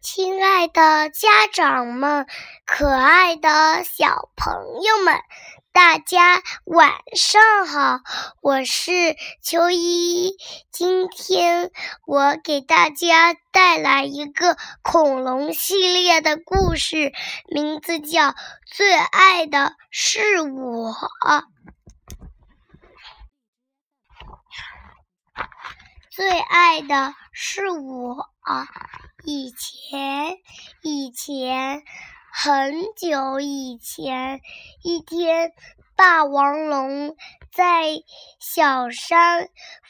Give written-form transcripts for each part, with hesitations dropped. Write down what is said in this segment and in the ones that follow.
亲爱的家长们，可爱的小朋友们，大家晚上好，我是秋依。今天我给大家带来一个恐龙系列的故事，名字叫《最爱的是我》。最爱的是我。以前，很久以前，一天，霸王龙在小山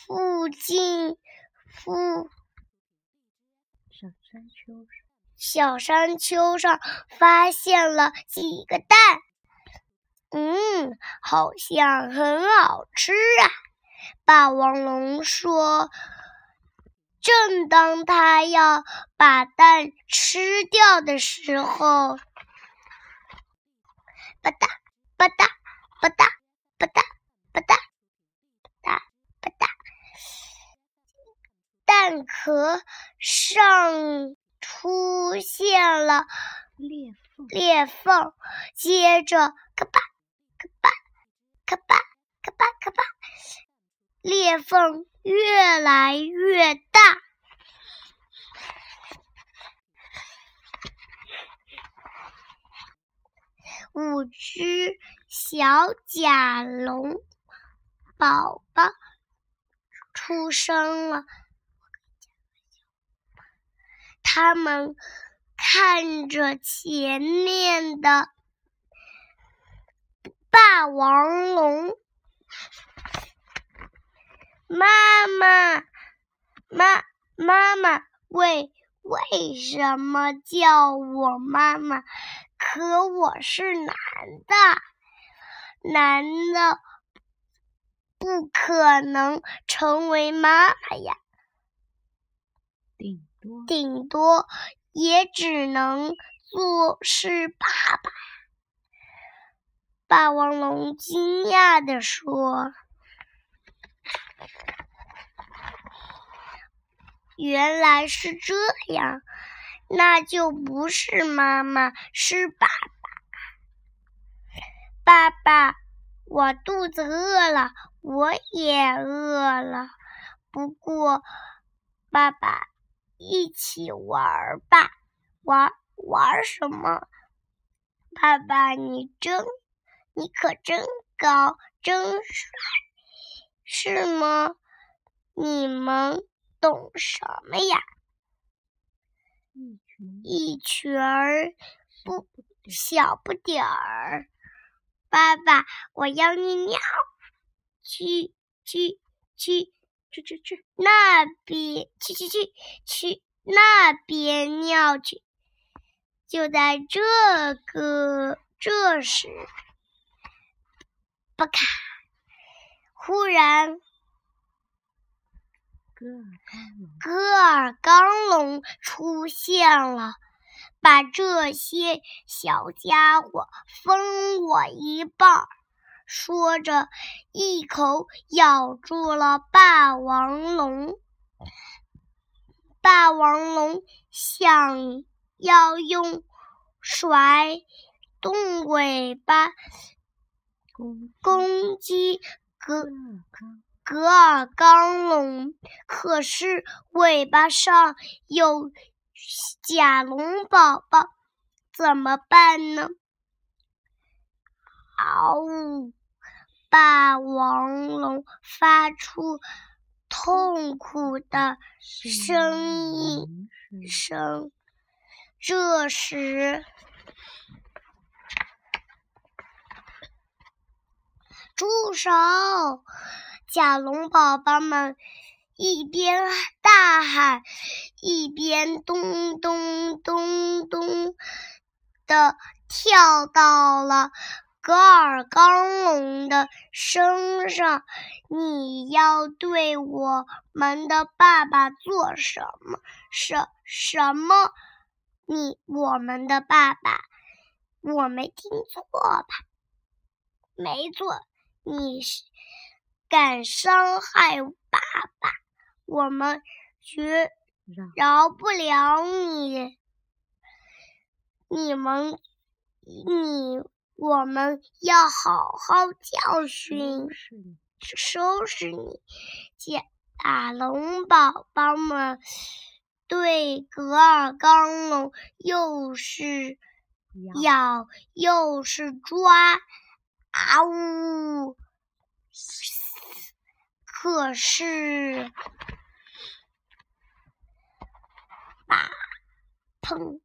丘上发现了几个蛋，好像很好吃啊。霸王龙说，正当他要把蛋吃掉的时候，吧嗒吧嗒吧嗒吧嗒吧嗒吧嗒吧嗒，蛋壳上出现了裂缝，接着咔吧咔吧咔吧咔吧咔吧，裂缝越来越大。5只小甲龙宝宝出生了，他们看着前面的霸王龙，妈妈，为什么叫我妈妈？可我是男的不可能成为妈妈呀，顶多也只能是爸爸。霸王龙惊讶地说，原来是这样，那就不是妈妈，是爸爸。爸爸，我肚子饿了，我也饿了。不过，爸爸，一起玩吧。玩什么？爸爸，你可真高，真帅，是吗？你们懂什么呀？一群小不点儿。爸爸，我要尿尿，去那边，去那边尿去。就在这时，吧咔，忽然戈尔刚龙出现了，把这些小家伙分我一半，说着一口咬住了霸王龙。霸王龙想要用甩动尾巴攻击戈尔刚龙，可是尾巴上有甲龙宝宝，怎么办呢？嗷呜！霸王龙发出痛苦的声。这时，住手！甲龙宝宝们一边大喊，一边咚咚咚咚地跳到了戈尔刚龙的身上。你要对我们的爸爸做什么？什么？我们的爸爸？我没听错吧？没错，你敢伤害爸爸，我们饶不了你。 我们要好好教训收拾你。甲龙宝宝们对格尔刚龙又是咬又是抓，啊呜！可是砰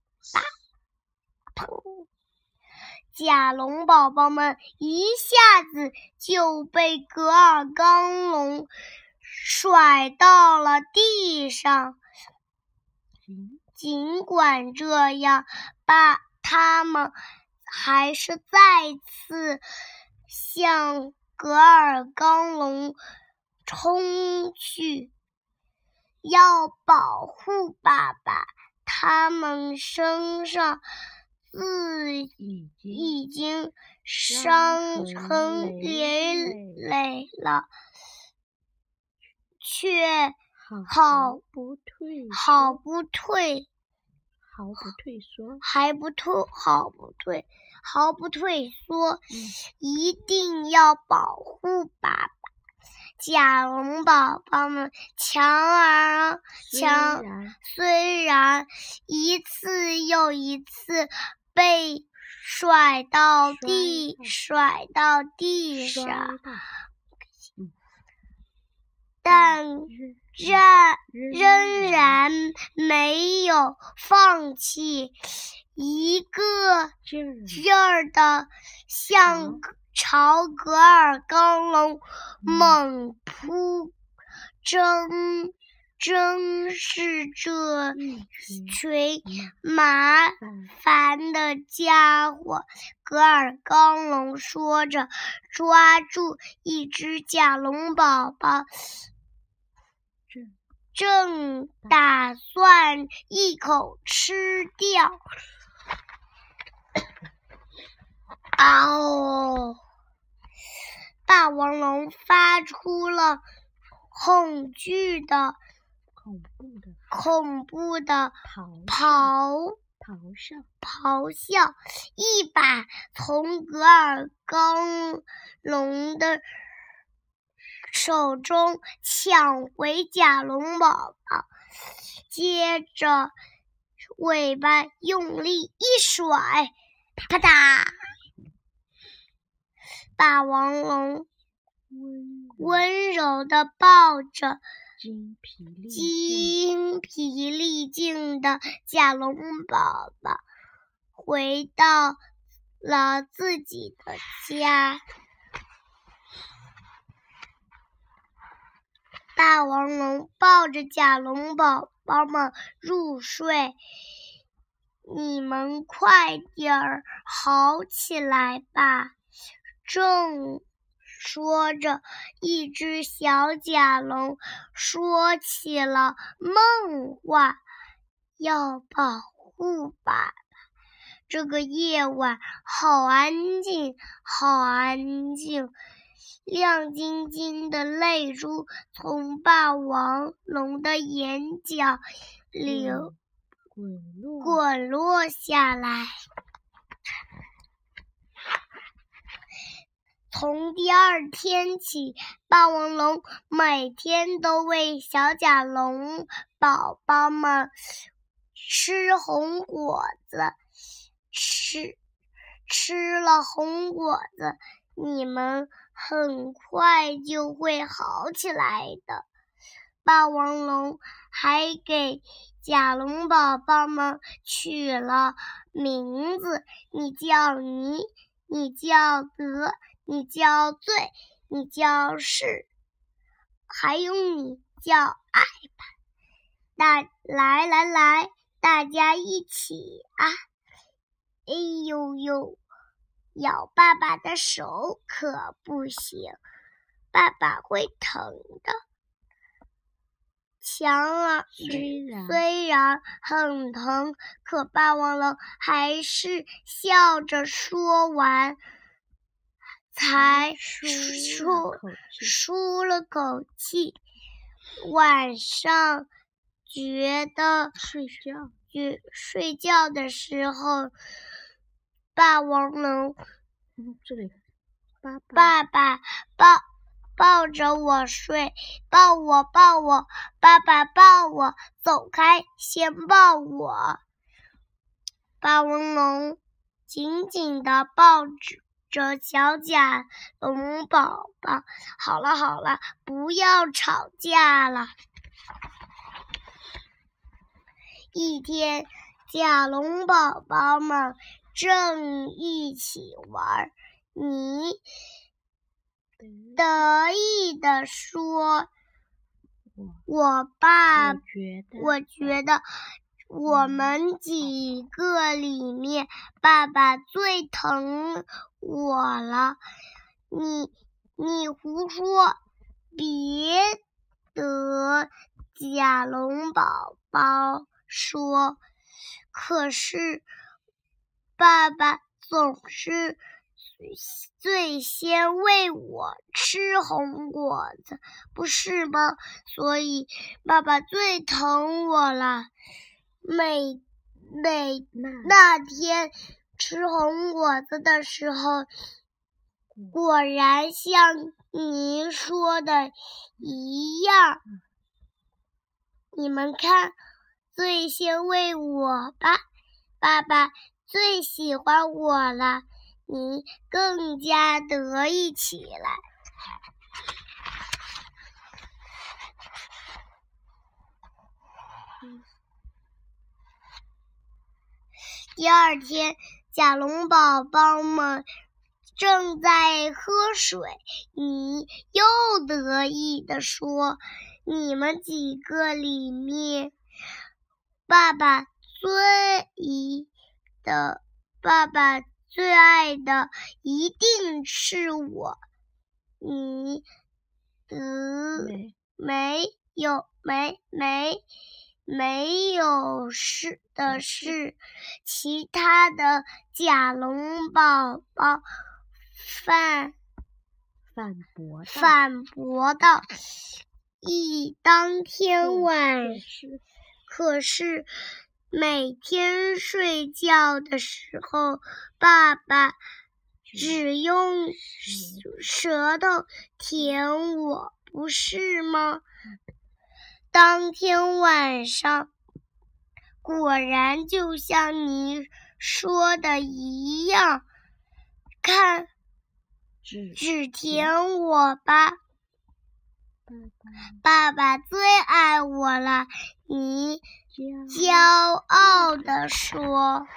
砰，甲龙宝宝们一下子就被格尔刚龙甩到了地上。尽管这样，他们还是再次向格尔刚龙冲去，要保护爸爸。他们身上已经伤痕累累了，却毫不退缩，一定要保护爸爸。甲龙宝宝们虽然一次又一次被甩到地上，但仍然没有放弃，一个劲儿的朝格尔刚龙猛扑，真是这群麻烦的家伙。格尔刚龙说着，抓住一只甲龙宝宝，正打算一口吃掉。霸王龙发出了恐怖的咆哮，一把从格尔刚龙的手中抢回甲龙宝宝，接着尾巴用力一甩，啪嗒！霸王龙温柔地抱着精疲力尽的甲龙宝宝，回到了自己的家。霸王龙抱着甲龙宝宝们入睡，你们快点儿好起来吧。正说着，一只小甲龙说起了梦话，要保护爸爸。这个夜晚好安静，亮晶晶的泪珠从霸王龙的眼角滚落下来。从第二天起，霸王龙每天都喂小甲龙宝宝们吃红果子，吃了红果子，你们很快就会好起来的。霸王龙还给甲龙宝宝们取了名字，你叫尼，你叫德，你叫醉，你叫是，还有你叫爱吧。来，大家一起啊！哎呦呦，咬爸爸的手可不行，爸爸会疼的。虽然很疼，可霸王龙还是笑着说完，才舒了口气。晚上觉睡觉的时候，霸王龙爸爸抱着我睡，抱我，爸爸抱我，走开，先抱我。霸王龙紧紧地抱着小甲龙宝宝。好了，不要吵架了。一天，甲龙宝宝们正一起玩，你得意地说：“我觉得我们几个里面，爸爸最疼我了。”你胡说！别的甲龙宝宝说，可是爸爸总是最先喂我吃红果子，不是吗？所以爸爸最疼我了。那天吃红果子的时候，果然像您说的一样。你们看，最先喂我吧，爸爸最喜欢我了。你更加得意起来。第二天，甲龙宝宝们正在喝水，你又得意地说：“你们几个里面，爸爸最爱的一定是我。”你没有事的是，其他的甲龙宝宝反驳道。当天晚上，可是每天睡觉的时候，爸爸只用舌头舔我，不是吗？当天晚上，果然就像你说的一样，看，只舔我吧，爸爸最爱我了。你骄傲地说。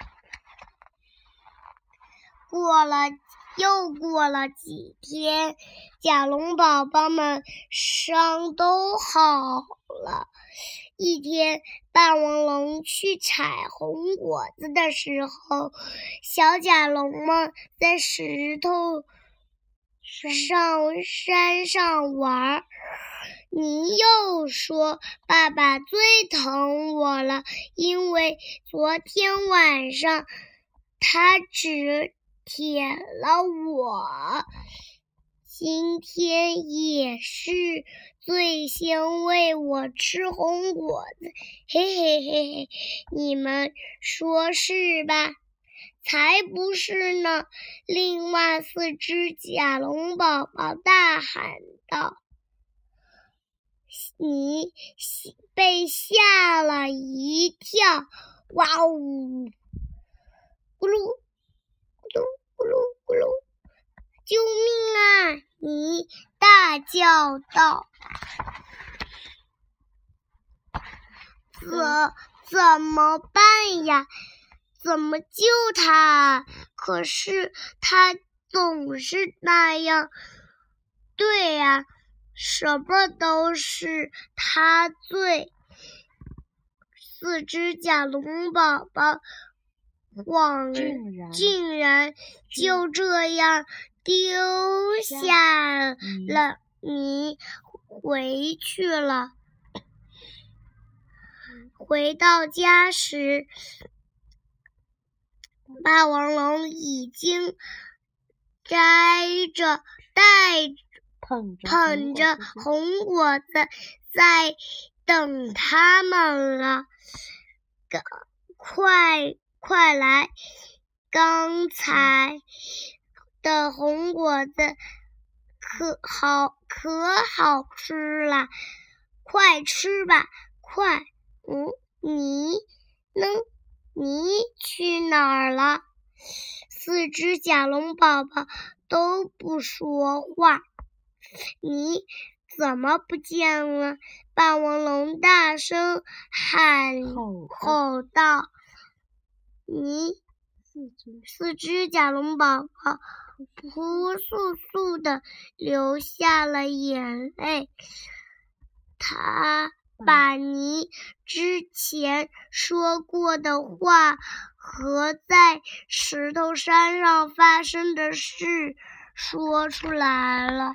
又过了几天，甲龙宝宝们伤都好了。一天，霸王龙去采红果子的时候，小甲龙们在石头山上玩。你又说爸爸最疼我了，因为昨天晚上他只舔了我，今天也是最先喂我吃红果子，嘿嘿嘿嘿，你们说是吧？才不是呢！另外4只甲龙宝宝大喊道。你被吓了一跳，哇哦！咕噜咕噜咕噜咕噜！救命啊！你大叫道。怎么办呀？怎么救他？可是他总是那样。对呀，什么都是他罪。4只甲龙宝宝竟然就这样丢下了你回去了。回到家时，霸王龙已经捧着红果子在等他们了。 快来，刚才的红果子可好吃了，快吃吧，快！你去哪儿了？4只甲龙宝宝都不说话。你怎么不见了？霸王龙大声吼道。4只甲龙宝宝扑簌簌地流下了眼泪。他把你之前说过的话和在石头山上发生的事说出来了。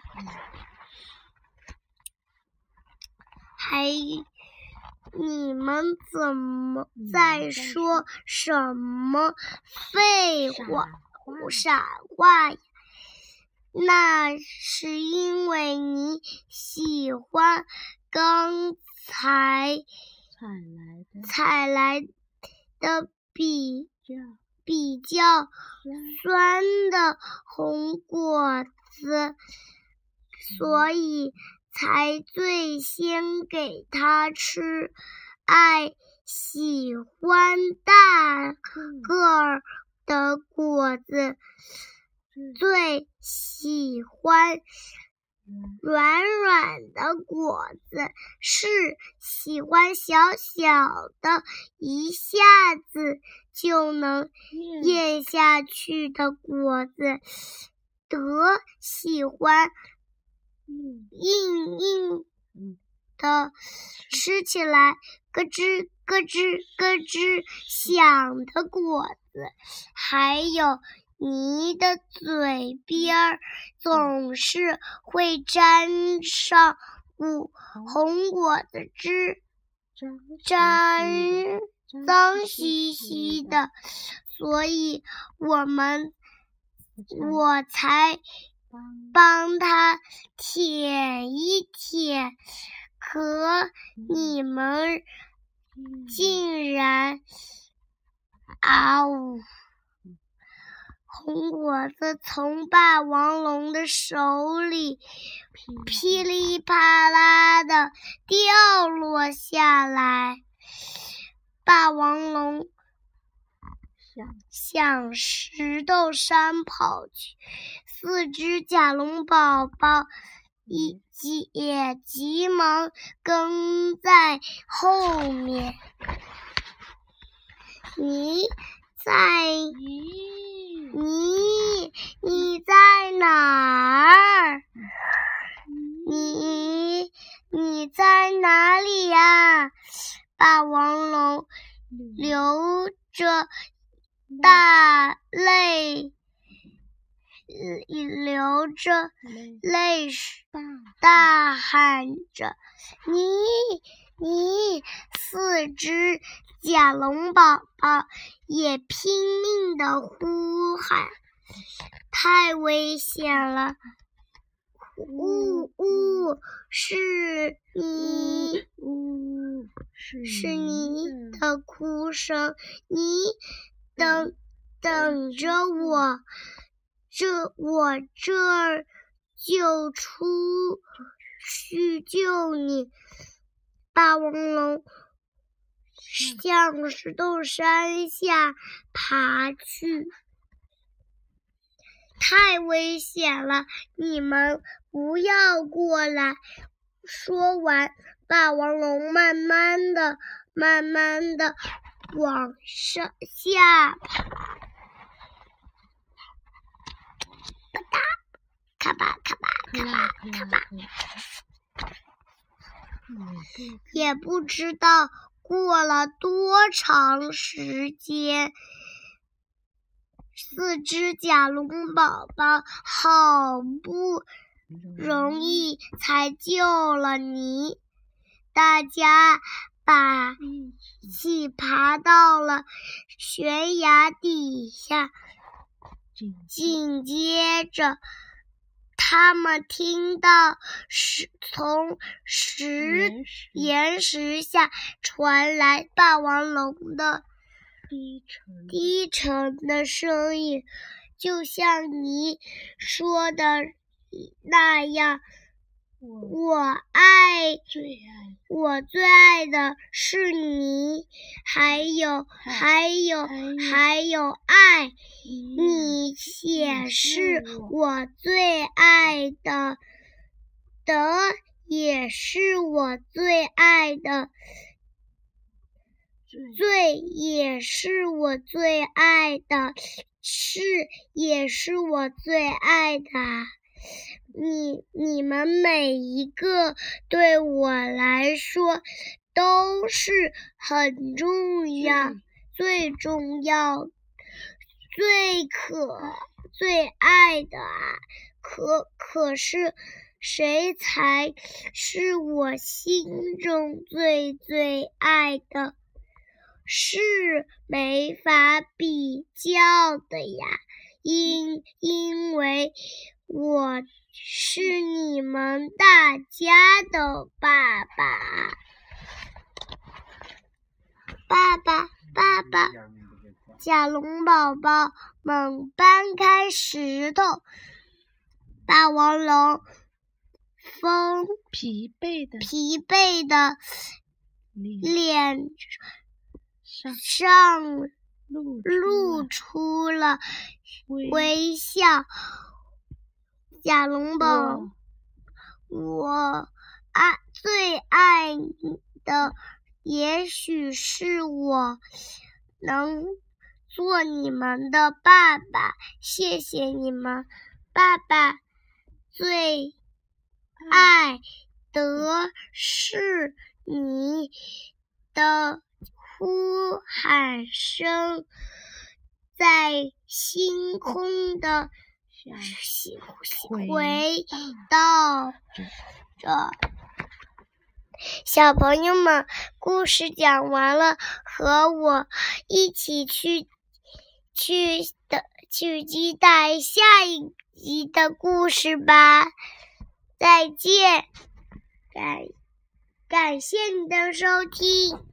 你们怎么在说什么废话傻话呀？那是因为你喜欢刚才采来的比较酸的红果子，所以才最先给它吃。喜欢大个儿的果子，最喜欢软软的果子，是喜欢小小的一下子就能咽下去的果子，喜欢硬的吃起来咯吱咯吱咯吱响的果子，还有你的嘴边总是会沾上红果子汁，脏兮兮的，所以我才帮它舔一舔。可你们竟然红果子从霸王龙的手里噼里啪啦的掉落下来。霸王龙向石头山跑去，4只甲龙宝宝也急忙跟在后面。你在哪儿？你在哪里呀？霸王龙流着泪大喊着。4只甲龙宝宝也拼命地呼喊，太危险了！呜呜，是你的哭声，你等着我，我这儿就去救你。霸王龙向石头山下爬去。太危险了，你们不要过来！说完，霸王龙慢慢的往下爬。咔吧咔吧咔吧咔吧，也不知道过了多长时间，4只甲龙宝宝好不容易才救了你。大家一起爬到了悬崖底下，紧接着他们听到从岩石下传来霸王龙的低沉的声音，就像你说的那样。我最爱的是你，还有爱，你也是我最爱的，也是我最爱的，也是我最爱的，也是我最爱的。你们每一个对我来说都是很重要、最重要、最爱的啊！可是谁才是我心中最爱的？是没法比较的呀，因为我是你们大家的爸爸。爸爸，甲龙宝宝们搬开石头，霸王龙疲惫的脸上露出了微笑。甲龙宝，我最爱你的，也许是我能做你们的爸爸，谢谢你们。爸爸最爱的是你的呼喊声，在星空的回到这。小朋友们，故事讲完了，和我一起去期待下一集的故事吧。再见，感谢你的收听。